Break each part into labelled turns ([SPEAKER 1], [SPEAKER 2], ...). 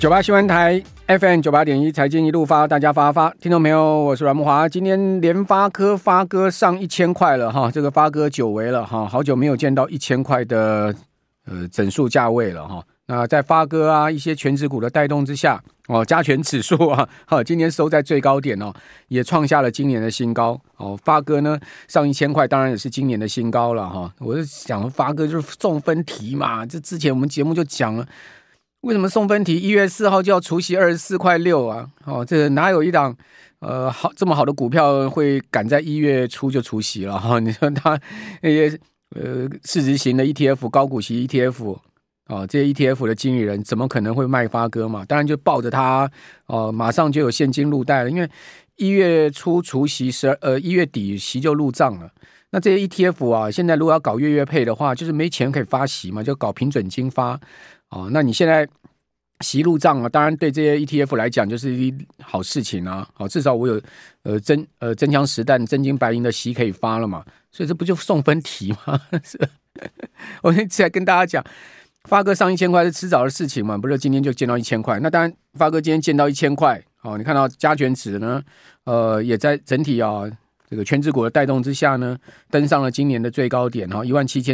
[SPEAKER 1] 98新闻台 FM98.1 财经一路发，大家发，听众朋友，我是阮慕骅。今天联发科发哥上1000块了哈，这个发哥久违了哈，好久没有见到1000块的整数价位了哈。那在发哥啊一些全指股的带动之下哦，加权指数啊，今天收在最高点哦，也创下了今年的新高哦。发哥呢上1000块，当然也是今年的新高了哈。我是想发哥就是送分题嘛，这之前我们节目就讲了。为什么送分题1月4号就要除息24.6块啊？哦，这哪有一档这么好的股票会赶在1月初就除息了哈？你说它那些市值型的 ETF 高股息 ETF 哦，这些 ETF 的经理人怎么可能会卖发哥嘛？当然就抱着它马上就有现金入袋了，因为1月初除息1月底息就入账了。那这些 ETF 啊，现在如果要搞月月配的话，就是没钱可以发息嘛，就搞平准金发。哦，那你现在息入账啊，当然对这些 ETF 来讲就是一好事情啊。好，至少我有真枪实弹、真金白银的息可以发了嘛，所以这不就送分题吗？我一直在跟大家讲，发哥上1000块是迟早的事情嘛，不是今天就见到1000块。那当然，发哥今天见到1000块，哦，你看到加权指呢，也在整体啊这个全指股的带动之下呢，登上了今年的最高点哈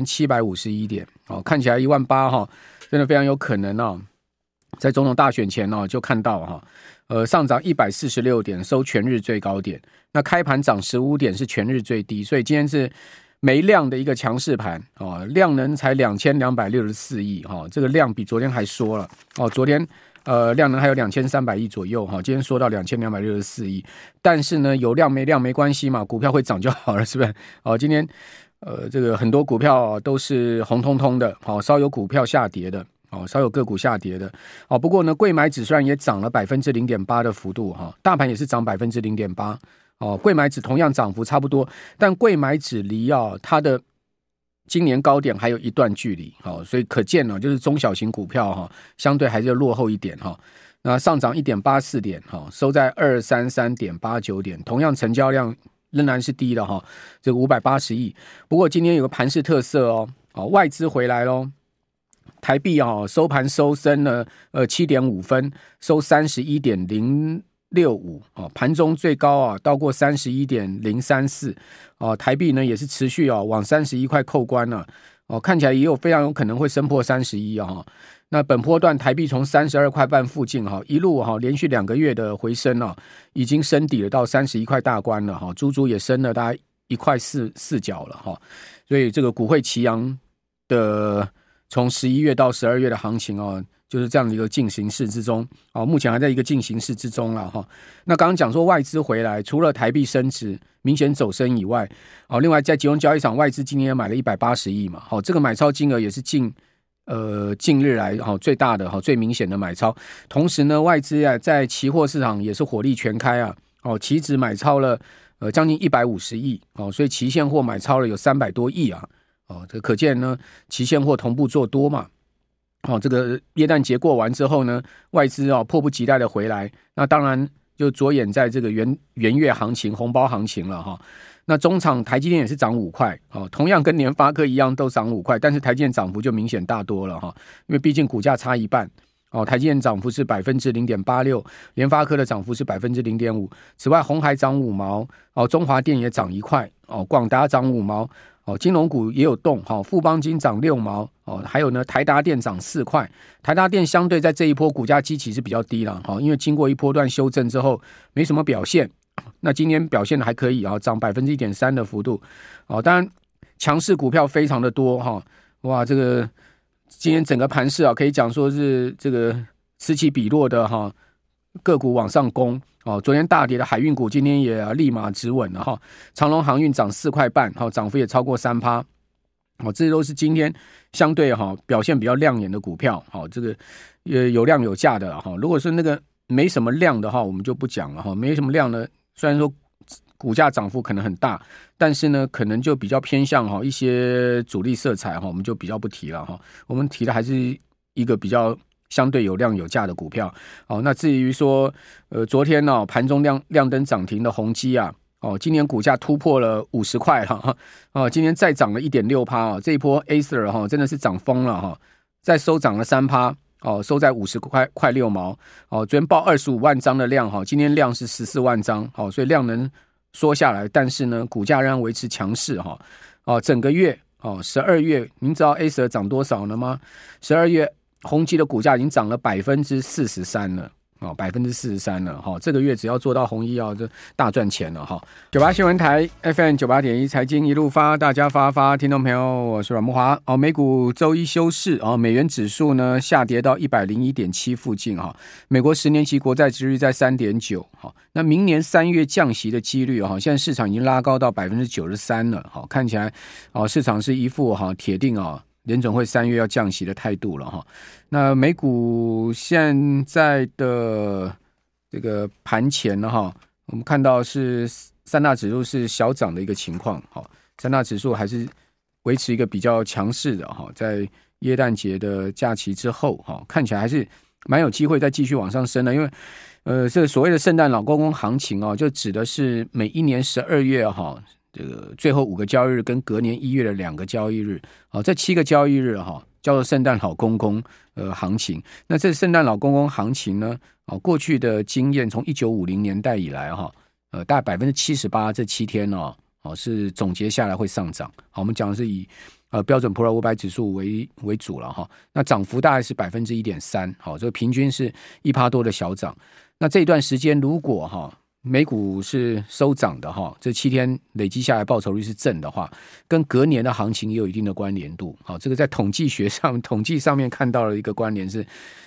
[SPEAKER 1] ，17751点，哦，看起来18000哈。真的非常有可能哦，在总统大选前哦就看到哈，上涨146点，收全日最高点。那开盘涨15点是全日最低，所以今天是没量的一个强势盘哦，量能才2264亿哈，这个量比昨天还缩了哦，昨天量能还有2300亿左右哈，今天缩到2264亿，但是呢有量没量没关系嘛，股票会涨就好了，是不是？哦，今天。这个很多股票都是红彤彤的，好，少有股票下跌的，少有个股下跌的，不过呢，柜买指虽然也涨了0.8%的幅度哈，大盘也是涨0.8%，柜买指同样涨幅差不多，但柜买指离它的今年高点还有一段距离，所以可见呢，就是中小型股票相对还是要落后一点哈。那上涨1.84点，收在233.89点，同样成交量。仍然是低的哈，这个580亿。不过今天有个盘势特色哦，外资回来咯，台币收盘收升了7.5分，收31.065哦，盘中最高到过31.034哦，台币呢也是持续往31块扣关了哦，看起来也有非常有可能会升破31啊。那本波段台币从32块半附近一路连续2个月的回升已经升抵了到31块大关了足足也升了大概1块4角了所以这个股汇齐扬的从11月到12月的行情就是这样的一个进行式之中目前还在一个进行式之中了那刚刚讲说外资回来，除了台币升值明显走升以外另外在集中交易场外资今天也买了180亿嘛这个买超金额也是近日来最大的最明显的买超，同时呢外资在期货市场也是火力全开期指买超了将近150亿所以期现货买超了有300多亿这可见呢期现货同步做多嘛这个耶诞节过完之后呢，外资迫不及待的回来，那当然就着眼在这个元月行情红包行情了那中场台积电也是涨5块同样跟联发科一样都涨5块，但是台积电涨幅就明显大多了因为毕竟股价差一半台积电涨幅是 0.86%， 联发科的涨幅是 0.5%。 此外鸿海涨5毛中华电也涨1块广达涨5毛金融股也有动富邦金涨6毛还有呢台达电涨4块，台达电相对在这一波股价基期是比较低了因为经过一波段修正之后没什么表现，那今天表现的还可以涨 1.3% 的幅度当然强势股票非常的多哇，这个今天整个盘势可以讲说是这个此起彼落的个股往上攻昨天大跌的海运股今天也立马止稳了长荣航运涨4块半涨幅也超过 3%这些都是今天相对表现比较亮眼的股票这个有量有价的如果是那个没什么量的我们就不讲了没什么量呢，虽然说股价涨幅可能很大，但是呢可能就比较偏向一些主力色彩我们就比较不提了我们提的还是一个比较相对有量有价的股票那至于说昨天盘中亮灯涨停的宏基今年股价突破了50块今天再涨了 1.6%这一波 Acer 真的是涨疯了再收涨了 3%， 收在50块6毛昨天报25万张的量今天量是14万张所以量能缩下来，但是呢股价仍然维持强势整个月12月您知道 Acer 涨多少了吗？12月宏基的股价已经涨了43%了43%了这个月只要做到弘医就大赚钱了98新闻台 FM 98.1财经一路发，大家发听众朋友，我是阮慕骅美股周一休市美元指数呢下跌到 101.7 附近美国10年期国债殖利率在 3.9 那明年3月降息的几率现在市场已经拉高到 93% 了看起来市场是一副铁定联准会3月要降息的态度了那美股现在的这个盘前呢我们看到是三大指数是小涨的一个情况三大指数还是维持一个比较强势的在耶诞节的假期之后看起来还是蛮有机会再继续往上升的，因为这个所谓的圣诞老公公行情就指的是每一年12月这个最后5个交易日跟隔年1月的2个交易日这7个交易日叫做圣诞老公公行情。那这圣诞老公公行情呢过去的经验从1950年代以来大概 78% 这7天是总结下来会上涨我们讲的是以标准普尔500指数为主了那涨幅大概是 1.3%这个平均是 1% 多的小涨。那这一段时间如果美股是收涨的这7天累积下来报酬率是正的话，跟隔年的行情也有一定的关联度这个在统计上面看到了一个关联是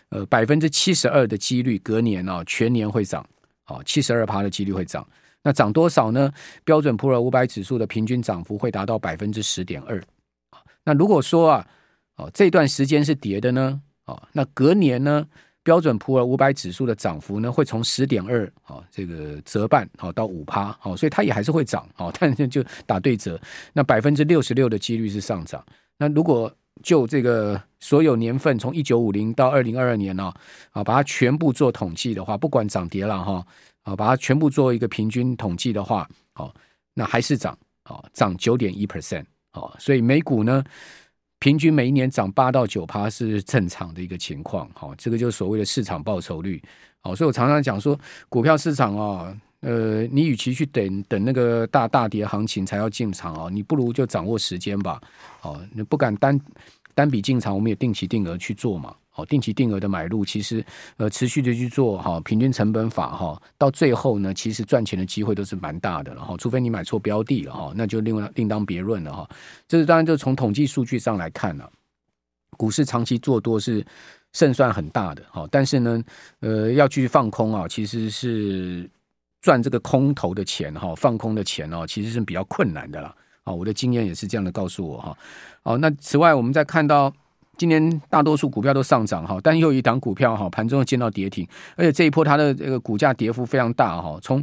[SPEAKER 1] 72% 的几率隔年全年会涨72% 的几率会涨。那涨多少呢？标准普尔500指数的平均涨幅会达到 10.2%。那如果说这段时间是跌的呢那隔年呢标准普尔500指数的涨幅呢会从 10.2 这个折半到 5% 所以它也还是会涨但是就打对折，那 66% 的几率是上涨。那如果就这个所有年份从1950到2022年把它全部做统计的话，不管涨跌了把它全部做一个平均统计的话那还是涨涨 9.1%所以美股呢平均每一年涨8到 9% 是正常的一个情况这个就是所谓的市场报酬率所以我常常讲说股票市场你与其去等那个大跌行情才要进场你不如就掌握时间吧你不敢单笔进场，我们也定期定额去做嘛定期定额的买入，其实持续的去做平均成本法到最后呢其实赚钱的机会都是蛮大的了除非你买错标的了那就另当别论了这是当然就从统计数据上来看了股市长期做多是胜算很大的但是呢要去放空其实是赚这个空头的钱放空的钱其实是比较困难的啦我的经验也是这样的告诉我那此外我们再看到今年大多数股票都上涨但又有一档股票盘中见到跌停，而且这一波它的这个股价跌幅非常大从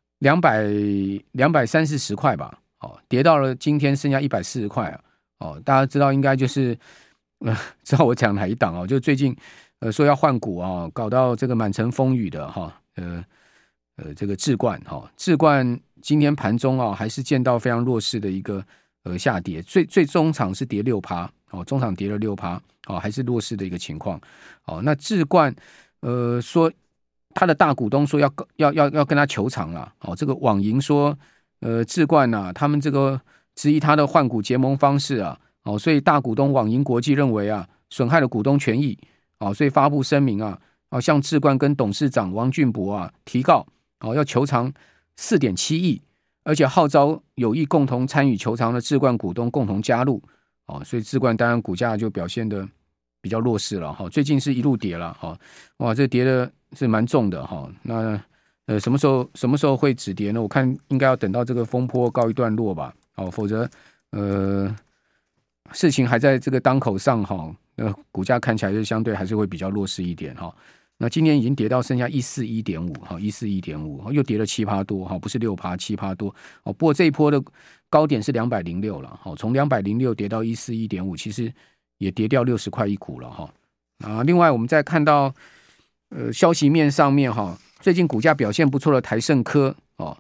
[SPEAKER 1] 230块吧跌到了今天剩下140块大家知道应该就是知道我讲哪一档就最近说要换股搞到这个满城风雨的这个智冠智冠今天盘中还是见到非常弱势的一个下跌，最中场是跌 6%中场跌了 6% 还是弱势的一个情况那智冠说他的大股东说要跟他求偿了这个网银说智冠他们这个质疑他的换股结盟方式所以大股东网银国际认为损害了股东权益所以发布声明向智冠跟董事长王俊博提告要求偿 4.7 亿，而且号召有意共同参与求偿的智冠股东共同加入所以智冠当然股价就表现得比较弱势了最近是一路跌了哇，这跌的是蛮重的那什么时候会止跌呢？我看应该要等到这个风波告一段落吧否则事情还在这个当口上股价看起来就相对还是会比较弱势一点那今年已经跌到剩下 141.5 又跌了 7% 多不是 6% 7% 多不过这一波的高点是206了从206跌到 141.5 其实也跌掉60块一股了另外我们再看到消息面上面最近股价表现不错的台盛科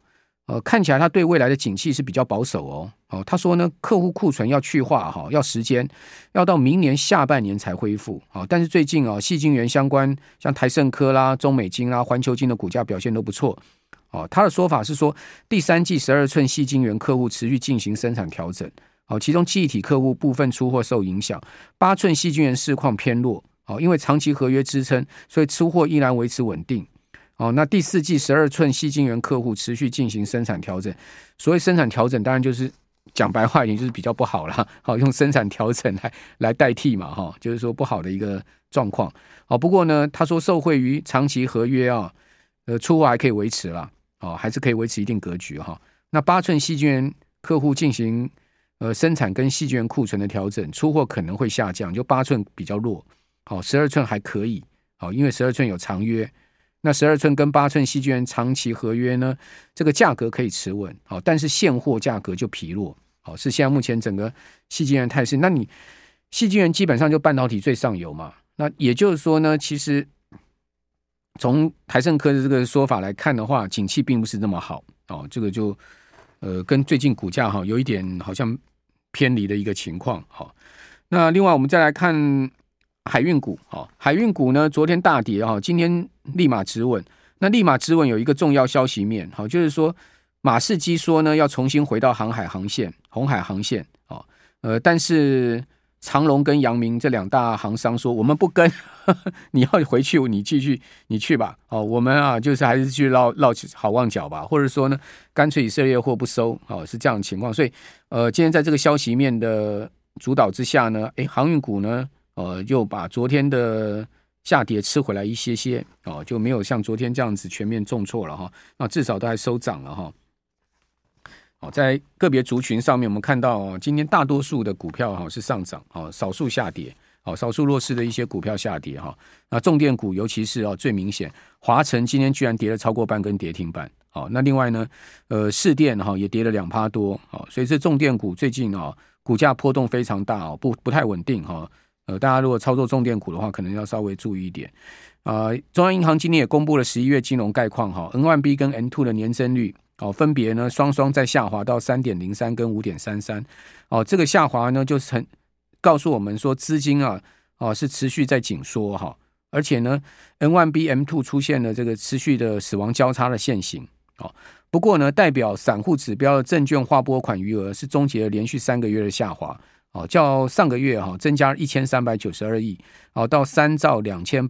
[SPEAKER 1] 看起来他对未来的景气是比较保守他说呢，客户库存要去化要时间，要到明年下半年才恢复但是最近矽晶圆相关，像台盛科啦、中美晶啦、环球晶的股价表现都不错他的说法是说，第三季12寸矽晶圆客户持续进行生产调整其中记忆体客户部分出货受影响，8寸矽晶圆市况偏弱因为长期合约支撑，所以出货依然维持稳定那第四季12寸矽晶圆客户持续进行生产调整，所谓生产调整当然就是讲白话一点就是比较不好啦用生产调整来代替嘛就是说不好的一个状况不过呢他说受惠于长期合约出货还可以维持啦还是可以维持一定格局那8寸矽晶圆客户进行生产跟矽晶圆库存的调整，出货可能会下降，就8寸比较弱12寸还可以因为12寸有长约，那12寸跟8寸矽晶圆长期合约呢，这个价格可以持稳但是现货价格就疲弱是现在目前整个矽晶圆态势。那你矽晶圆基本上就半导体最上游嘛，那也就是说呢，其实从台盛科的这个说法来看的话，景气并不是那么好这个就跟最近股价有一点好像偏离的一个情况那另外我们再来看海运股海运股呢昨天大跌今天立马止稳。那立马止稳有一个重要消息面就是说马士基说呢要重新回到红海航线但是长荣跟阳明这两大航商说我们不跟你要回去你去吧我们就是还是去绕好望角吧，或者说呢干脆以色列货不收是这样的情况。所以今天在这个消息面的主导之下呢航运股呢又把昨天的下跌吃回来一些就没有像昨天这样子全面重挫了那至少都还收涨了在个别族群上面我们看到今天大多数的股票是上涨少数下跌少数弱势的一些股票下跌那重电股尤其是最明显，华城今天居然跌了超过半根跌停板那另外呢士电也跌了2%多所以这重电股最近股价波动非常大不太稳定大家如果操作重电股的话可能要稍微注意一点中央银行今天也公布了11月金融概况N1B 跟 N2 的年增率分别呢双在下滑到 3.03 跟 5.33 这个下滑呢就是告诉我们说资金是持续在紧缩而且呢 N1B M2 出现了这个持续的死亡交叉的现形不过呢代表散户指标的证券划拨款余额是终结了连续3个月的下滑较上个月增加1392亿到3兆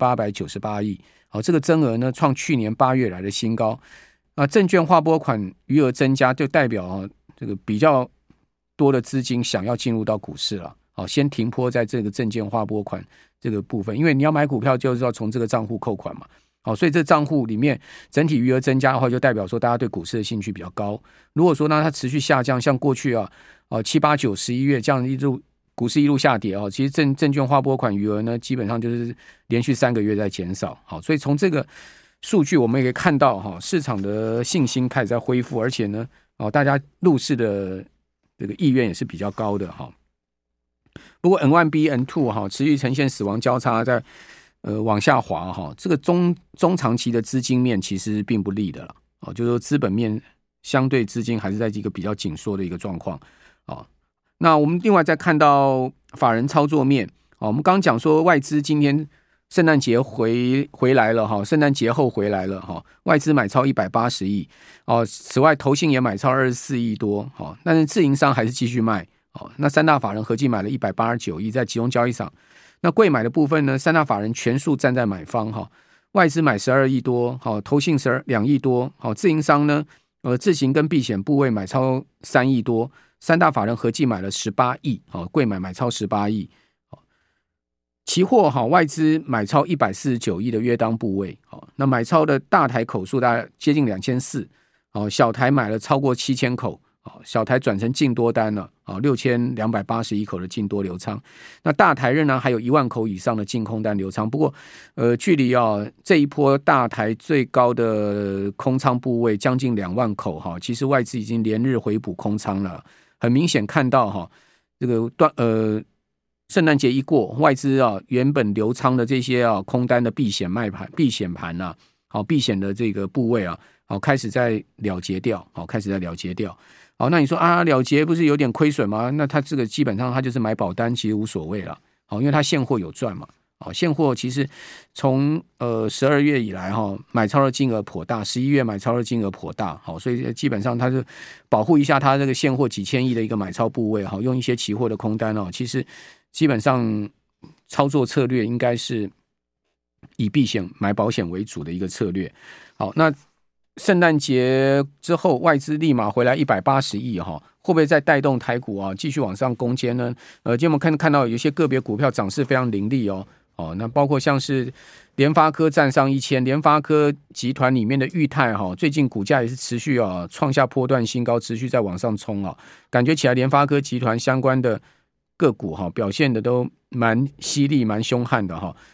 [SPEAKER 1] 2898亿这个增额呢创去年8月来的新高证券划拨款余额增加就代表这个比较多的资金想要进入到股市了先停泊在这个证券划拨款这个部分，因为你要买股票就是要从这个账户扣款嘛所以这账户里面整体余额增加的话就代表说大家对股市的兴趣比较高。如果说呢它持续下降，像过去7、8、9、11月这样一路股市一路下跌其实证券划拨款余额呢基本上就是连续3个月在减少所以从这个数据我们也可以看到市场的信心开始在恢复，而且呢大家入市的这个意愿也是比较高的不过 N1B N2 持续呈现死亡交叉在往下滑这个中长期的资金面其实并不利的了就是说资本面相对资金还是在一个比较紧缩的一个状况那我们另外再看到法人操作面我们刚刚讲说外资今天圣诞节回来了圣诞节后回来了外资买超180亿此外投信也买超24亿多但是自营商还是继续卖那三大法人合计买了189亿在集中交易场。那柜买的部分呢，三大法人全数站在买方外资买12亿多投信2亿多自营商呢自行跟避险部位买超3亿多，三大法人合计买了18亿柜买超18亿期货外资买超149亿的约当部位那买超的大台口数大概接近2400小台买了超过7000口小台转成净多单了6281口的净多流仓，那大台仍然还有1万口以上的净空单流仓。不过距离这一波大台最高的空仓部位将近2万口其实外资已经连日回补空仓了。很明显看到这个圣诞节一过，外资原本流仓的这些空单的避险卖盘避险盘避险的这个部位开始在了结掉，好，那你说啊，了结不是有点亏损吗？那他这个基本上他就是买保单，其实无所谓了，好，因为他现货有赚嘛。现货其实从12月以来买超的金额颇大，11月买超的金额颇大，好，所以基本上它是保护一下它这个现货几千亿的一个买超部位，好，用一些期货的空单其实基本上操作策略应该是以避险买保险为主的一个策略。好，那圣诞节之后外资立马回来180亿会不会再带动台股继续往上攻坚呢？今天我们看到有些个别股票涨势非常凌厉那包括像是联发科站上1000，联发科集团里面的裕泰最近股价也是持续创下波段新高，持续在往上冲感觉起来联发科集团相关的个股表现的都蛮犀利蛮凶悍的